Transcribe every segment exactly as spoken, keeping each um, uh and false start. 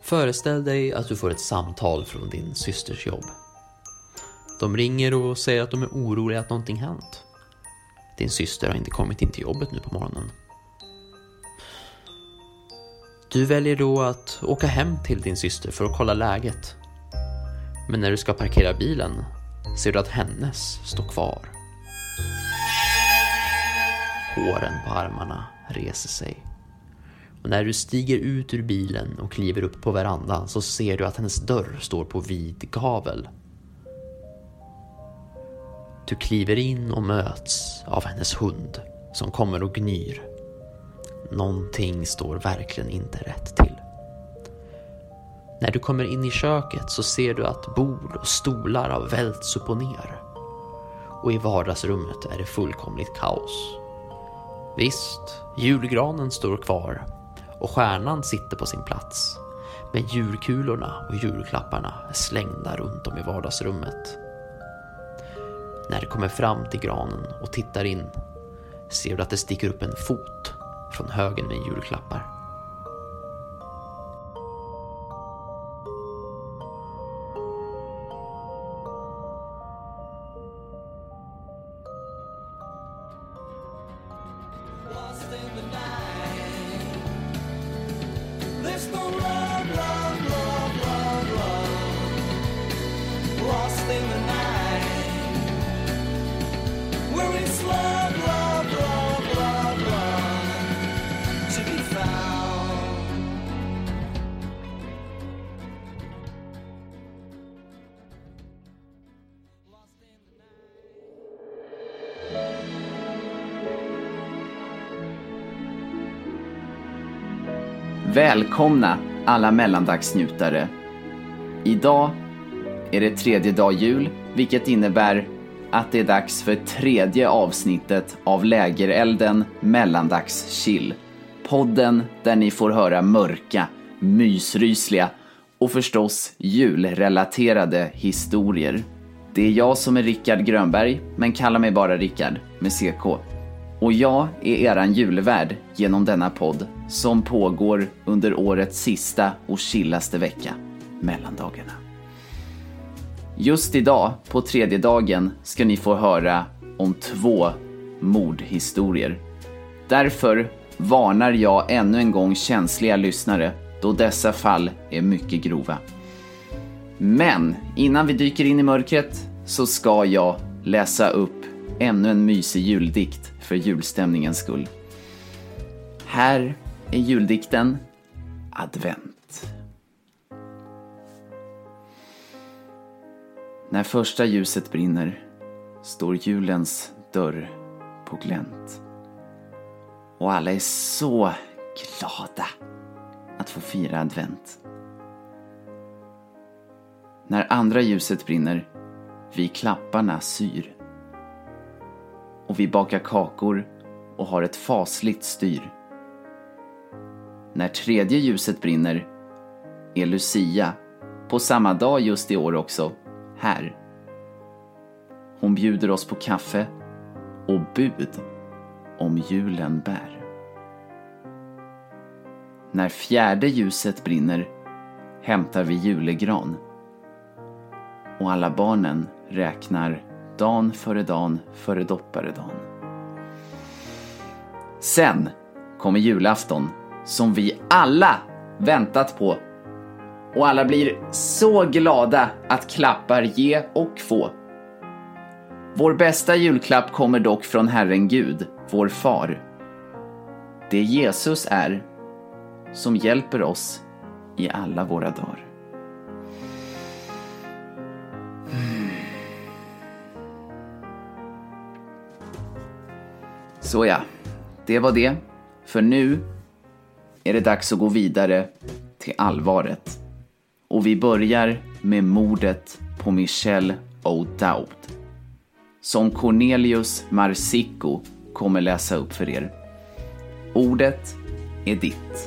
Föreställ dig att du får ett samtal från din systers jobb. De ringer och säger att de är oroliga att någonting hänt. Din syster har inte kommit in till jobbet nu på morgonen. Du väljer då att åka hem till din syster för att kolla läget. Men när du ska parkera bilen ser du att hennes står kvar. Håren på armarna reser sig. Och när du stiger ut ur bilen och kliver upp på verandan så ser du att hennes dörr står på vid gavel. Du kliver in och möts av hennes hund som kommer och gnyr. Någonting står verkligen inte rätt till. När du kommer in i köket så ser du att bord och stolar har välts upp och ner. Och i vardagsrummet är det fullkomligt kaos. Visst, julgranen står kvar och stjärnan sitter på sin plats. Men julkulorna och julklapparna är slängda runt om i vardagsrummet. När du kommer fram till granen och tittar in ser du att det sticker upp en fot från högen med julklappar. Välkomna alla mellandagsnjutare. Idag är det tredje dag jul, vilket innebär att det är dags för tredje avsnittet av Lägerelden Mellandagschill. Podden där ni får höra mörka, mysrysliga och förstås julrelaterade historier. Det är jag som är Rickard Grönberg, men kalla mig bara Rickard med C K. Och jag är eran julvärd genom denna podd som pågår under årets sista och chillaste vecka, mellandagarna. Just idag, på tredje dagen, ska ni få höra om två mordhistorier. Därför varnar jag ännu en gång känsliga lyssnare, då dessa fall är mycket grova. Men innan vi dyker in i mörkret så ska jag läsa upp ännu en mysig juldikt för julstämningens skull. Här är juldikten Advent. När första ljuset brinner står julens dörr på glänt. Och alla är så glada att få fira advent. När andra ljuset brinner, vi klapparna syr. Och vi bakar kakor och har ett fasligt styr. När tredje ljuset brinner är Lucia, på samma dag just i år också, här. Hon bjuder oss på kaffe och bud om julen bär. När fjärde ljuset brinner hämtar vi julegran. Och alla barnen räknar dan före dan före dopparedan. Sen kommer julafton som vi alla väntat på. Och alla blir så glada att klappar ge och få. Vår bästa julklapp kommer dock från Herren Gud, vår far. Det Jesus är som hjälper oss i alla våra dagar. Så ja, det var det. För nu är det dags att gå vidare till allvaret. Och vi börjar med mordet på Michelle O'Dowd, som Cornelius Marsico kommer läsa upp för er. Ordet är ditt.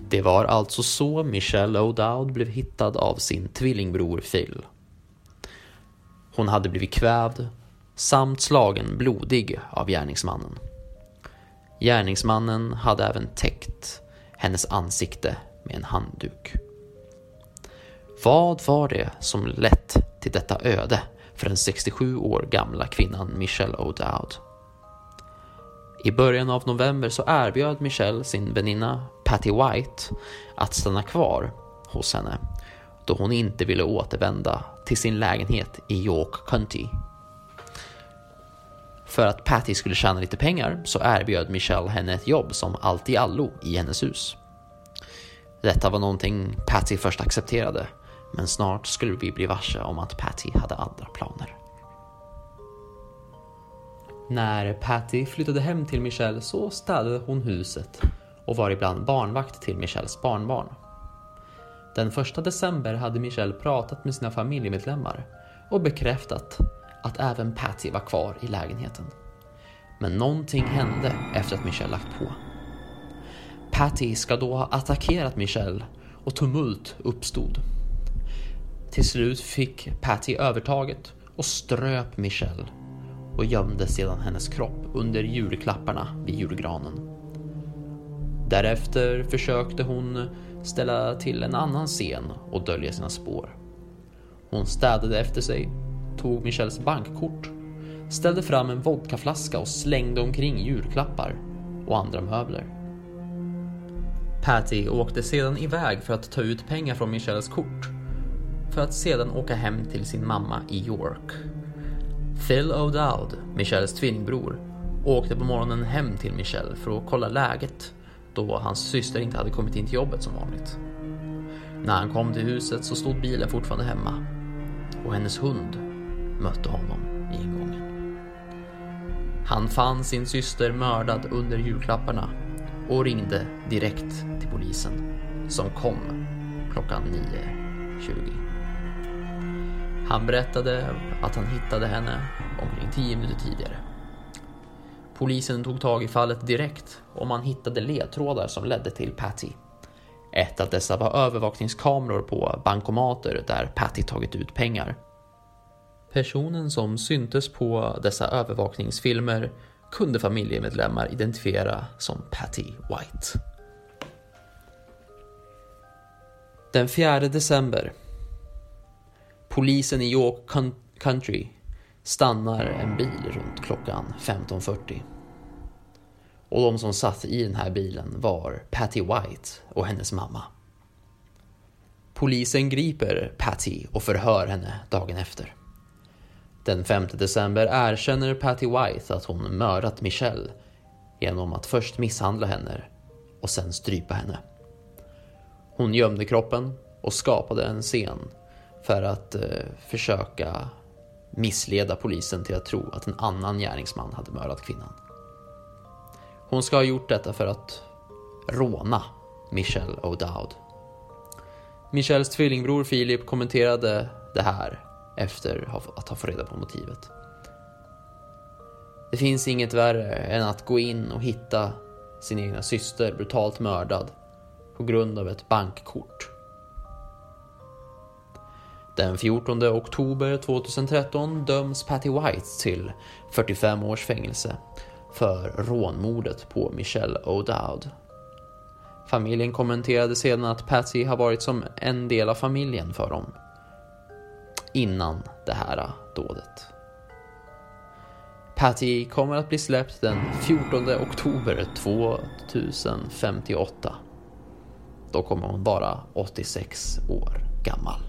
Det var alltså så Michelle O'Dowd blev hittad av sin tvillingbror Phil. Hon hade blivit kvävd samt slagen blodig av gärningsmannen. Gärningsmannen hade även täckt hennes ansikte med en handduk. Vad var det som lett till detta öde för den sextiosju år gamla kvinnan Michelle O'Dowd? I början av november så erbjöd Michelle sin väninna Patty White att stanna kvar hos henne då hon inte ville återvända till sin lägenhet i York County. För att Patty skulle tjäna lite pengar så erbjöd Michelle henne ett jobb som allt i allo i hennes hus. Detta var någonting Patty först accepterade, men snart skulle vi bli varse om att Patty hade andra planer. När Patty flyttade hem till Michelle så städade hon huset och var ibland barnvakt till Michelles barnbarn. Den första december hade Michelle pratat med sina familjemedlemmar och bekräftat att även Patty var kvar i lägenheten. Men någonting hände efter att Michelle lagt på. Patty ska då ha attackerat Michelle och tumult uppstod. Till slut fick Patty övertaget och ströp Michelle och gömde sedan hennes kropp under julklapparna vid julgranen. Därefter försökte hon ställa till en annan scen och dölja sina spår. Hon städade efter sig, tog Michelles bankkort, ställde fram en vodkaflaska och slängde omkring julklappar och andra möbler. Patty åkte sedan iväg för att ta ut pengar från Michelles kort för att sedan åka hem till sin mamma i York. Phil O'Dowd, Michelles tvillingbror, åkte på morgonen hem till Michelle för att kolla läget då hans syster inte hade kommit in till jobbet som vanligt. När han kom till huset så stod bilen fortfarande hemma och hennes hund mötte honom i ingången. Han fann sin syster mördad under julklapparna och ringde direkt till polisen som kom klockan nio tjugo. Han berättade att han hittade henne omkring tio minuter tidigare. Polisen tog tag i fallet direkt och man hittade ledtrådar som ledde till Patty. Ett av dessa var övervakningskameror på bankomater där Patty tagit ut pengar. Personen som syntes på dessa övervakningsfilmer kunde familjemedlemmar identifiera som Patty White. Den fjärde december. Polisen i York County stannar en bil runt klockan femton fyrtio. Och de som satt i den här bilen var Patty White och hennes mamma. Polisen griper Patty och förhör henne dagen efter. Den femte december erkänner Patty White att hon mördat Michelle genom att först misshandla henne och sen strypa henne. Hon gömde kroppen och skapade en scen för att eh, försöka missleda polisen till att tro att en annan gärningsman hade mördat kvinnan. Hon ska ha gjort detta för att råna Michelle O'Dowd. Michelles tvillingbror Philip kommenterade det här efter att ha fått reda på motivet. Det finns inget värre än att gå in och hitta sin egna syster brutalt mördad på grund av ett bankkort. Den fjortonde oktober tjugohundratretton döms Patty White till fyrtiofem års fängelse för rånmordet på Michelle O'Dowd. Familjen kommenterade sedan att Patty har varit som en del av familjen för dem innan det här dådet. Patty kommer att bli släppt den fjortonde oktober tjugohundrafemtioåtta. Då kommer hon vara åttiosex år gammal.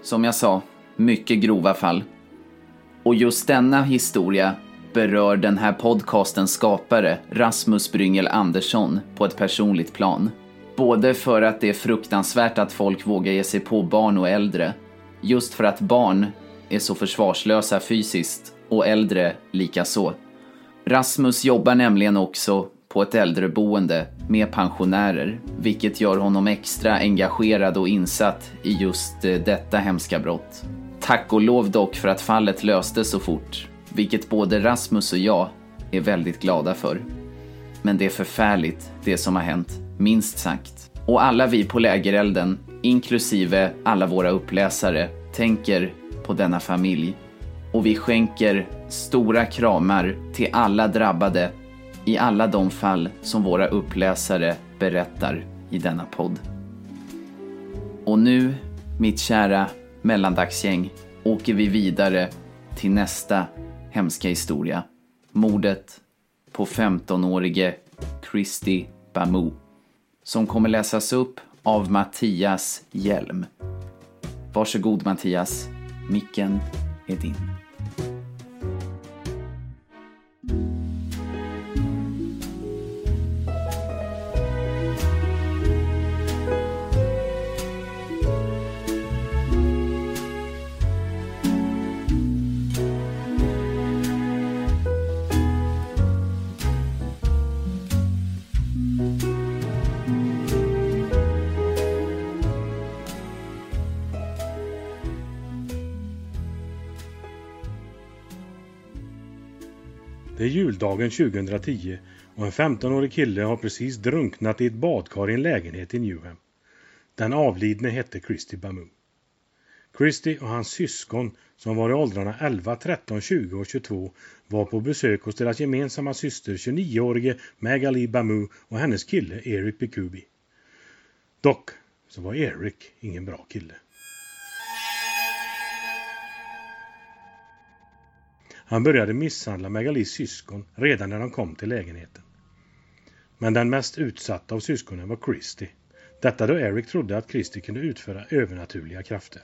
som jag sa, mycket grova fall. Och just denna historia berör den här podcastens skapare Rasmus Bryngel Andersson på ett personligt plan. Både för att det är fruktansvärt att folk vågar ge sig på barn och äldre, just för att barn är så försvarslösa fysiskt och äldre lika så. Rasmus jobbar nämligen också på ett äldreboende med pensionärer, vilket gör honom extra engagerad och insatt i just detta hemska brott. Tack och lov dock för att fallet löstes så fort, vilket både Rasmus och jag är väldigt glada för. Men det är förfärligt det som har hänt, minst sagt. Och alla vi på Lägerelden, inklusive alla våra uppläsare, tänker på denna familj. Och vi skänker stora kramar till alla drabbade i alla de fall som våra uppläsare berättar i denna podd. Och nu, mitt kära mellandagsgäng, åker vi vidare till nästa hemska historia. Mordet på femtonårige Christy Bamou, som kommer läsas upp av Mattias Hjelm. Varsågod Mattias, micken är din. Det är juldagen tjugohundratio och en femtonårig kille har precis drunknat i ett badkar i en lägenhet i Newham. Den avlidne hette Christy Bamou. Christy och hans syskon, som var i åldrarna elva, tretton, tjugo och tjugotvå, var på besök hos deras gemensamma syster tjugonioårige Magali Bamou och hennes kille Eric Bikubi. Dock så var Eric ingen bra kille. Han började misshandla Magalis syskon redan när de kom till lägenheten. Men den mest utsatta av syskonen var Christy. Detta då Eric trodde att Christy kunde utföra övernaturliga krafter.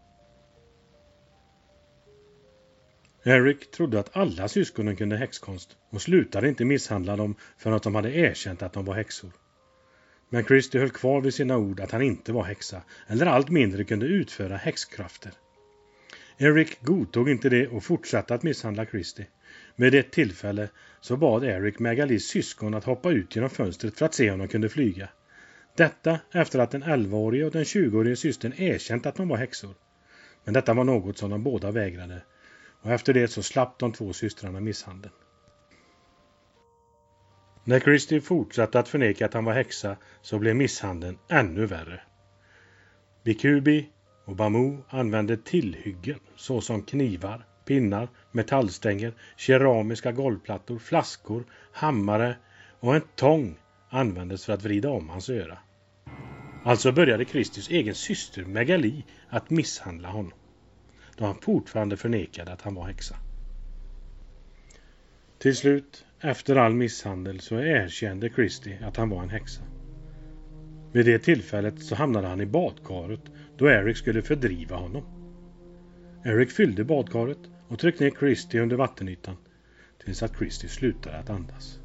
Eric trodde att alla syskonen kunde häxkonst och slutade inte misshandla dem förrän att de hade erkänt att de var häxor. Men Christy höll kvar vid sina ord att han inte var häxa eller allt mindre kunde utföra häxkrafter. Eric godtog inte det och fortsatte att misshandla Christy. Vid ett tillfälle så bad Eric Magalis syskon att hoppa ut genom fönstret för att se om de kunde flyga. Detta efter att den elvaårige och den tjugoårige systern erkänt att de var häxor. Men detta var något som de båda vägrade. Och efter det så slapp de två systrarna misshandeln. När Christy fortsatte att förneka att han var häxa så blev misshandeln ännu värre. Bikubi och Bamou använde tillhyggen såsom knivar, pinnar, metallstänger, keramiska golvplattor, flaskor, hammare och en tång användes för att vrida om hans öra. Alltså började Christys egen syster Magali att misshandla honom, då han fortfarande förnekade att han var häxa. Till slut, efter all misshandel, så erkände Christy att han var en häxa. Vid det tillfället så hamnade han i badkaret då Eric skulle fördriva honom. Eric fyllde badkaret och tryckte ner Christy under vattenytan tills att Christy slutade att andas.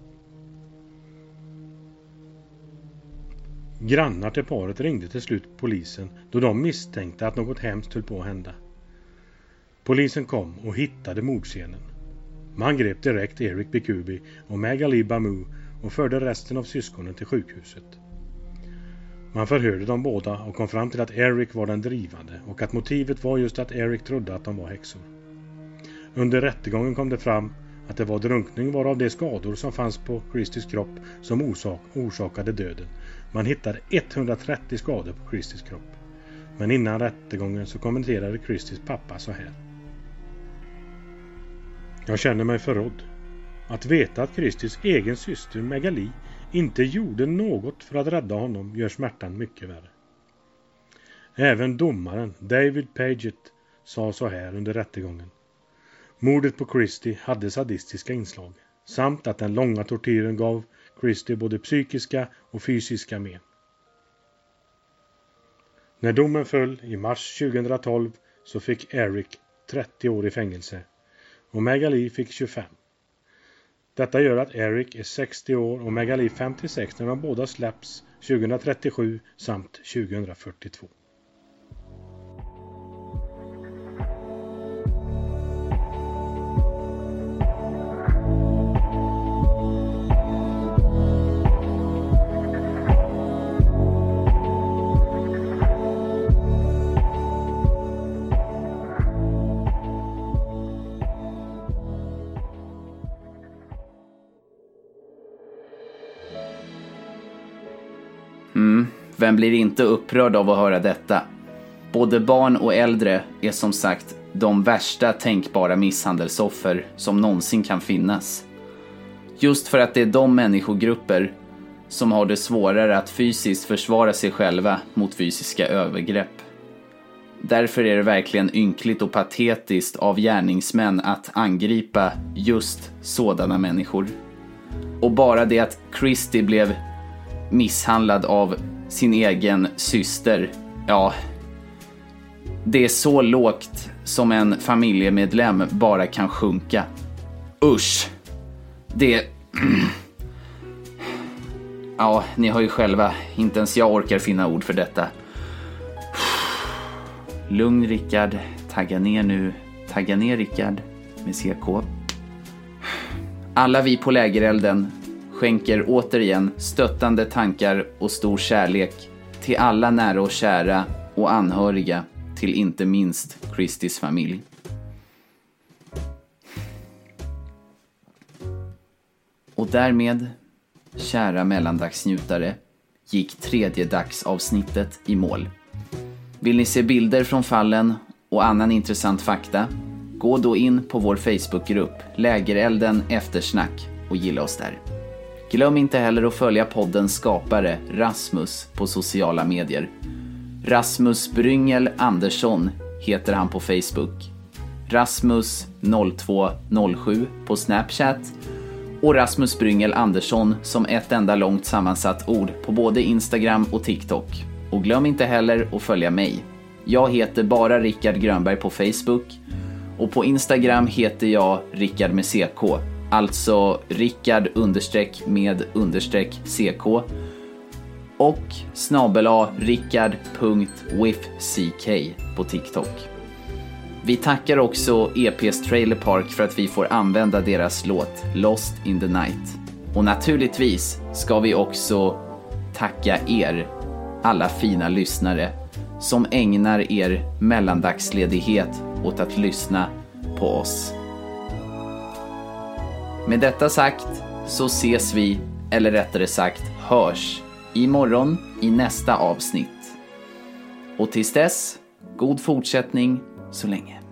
Grannar till paret ringde till slut polisen då de misstänkte att något hemskt höll på att hända. Polisen kom och hittade mordscenen. Man grep direkt Eric Bikubi och Magali Bamou och förde resten av syskonen till sjukhuset. Man förhörde dem båda och kom fram till att Eric var den drivande och att motivet var just att Eric trodde att de var häxor. Under rättegången kom det fram att det var drunkning varav de skador som fanns på Christys kropp som orsak, orsakade döden. Man hittade etthundratrettio skador på Christys kropp. Men innan rättegången så kommenterade Christys pappa så här. Jag känner mig förrådd. Att veta att Christys egen syster Magali inte gjorde något för att rädda honom gör smärtan mycket värre. Även domaren David Paget sa så här under rättegången. Mordet på Christy hade sadistiska inslag samt att den långa tortyren gav Christy både psykiska och fysiska men. När domen föll i mars tjugohundratolv så fick Eric trettio år i fängelse och Magali fick tjugofem. Detta gör att Eric är sextio år och Magali femtiosex när de båda släpps tjugohundratrettiosju samt tjugohundrafyrtiotvå. Mm, vem blir inte upprörd av att höra detta? Både barn och äldre är som sagt de värsta tänkbara misshandelsoffer som någonsin kan finnas. Just för att det är de människogrupper som har det svårare att fysiskt försvara sig själva mot fysiska övergrepp. Därför är det verkligen ynkligt och patetiskt av gärningsmän att angripa just sådana människor. Och bara det att Christy blev misshandlad av sin egen syster, ja, det är så lågt som en familjemedlem bara kan sjunka. Usch. Det... Ja, ni har ju själva. Inte ens jag orkar finna ord för detta. Lugn, Rickard. Tagga ner nu. Tagga ner, Rickard. Med C K. Alla vi på Lägerelden skänker återigen stöttande tankar och stor kärlek till alla nära och kära och anhöriga till inte minst Christys familj. Och därmed, kära mellandagsnjutare, gick tredje dagsavsnittet i mål. Vill ni se bilder från fallen och annan intressant fakta? Gå då in på vår Facebookgrupp Lägerelden Eftersnack och gilla oss där. Glöm inte heller att följa poddens skapare Rasmus på sociala medier. Rasmus Bryngel Andersson heter han på Facebook. Rasmus noll två noll sju på Snapchat och Rasmus Bryngel Andersson som ett enda långt sammansatt ord på både Instagram och TikTok. Och glöm inte heller att följa mig. Jag heter bara Rickard Grönberg på Facebook och på Instagram heter jag Rickard med C K. Alltså Rickard understreck med understreck C K och snabel-a rickard punkt withck på TikTok. Vi tackar också E P:s Trailer Park för att vi får använda deras låt Lost in the Night. Och naturligtvis ska vi också tacka er, alla fina lyssnare, som ägnar er mellandagsledighet åt att lyssna på oss. Med detta sagt så ses vi, eller rättare sagt hörs, imorgon i nästa avsnitt. Och tills dess, god fortsättning så länge.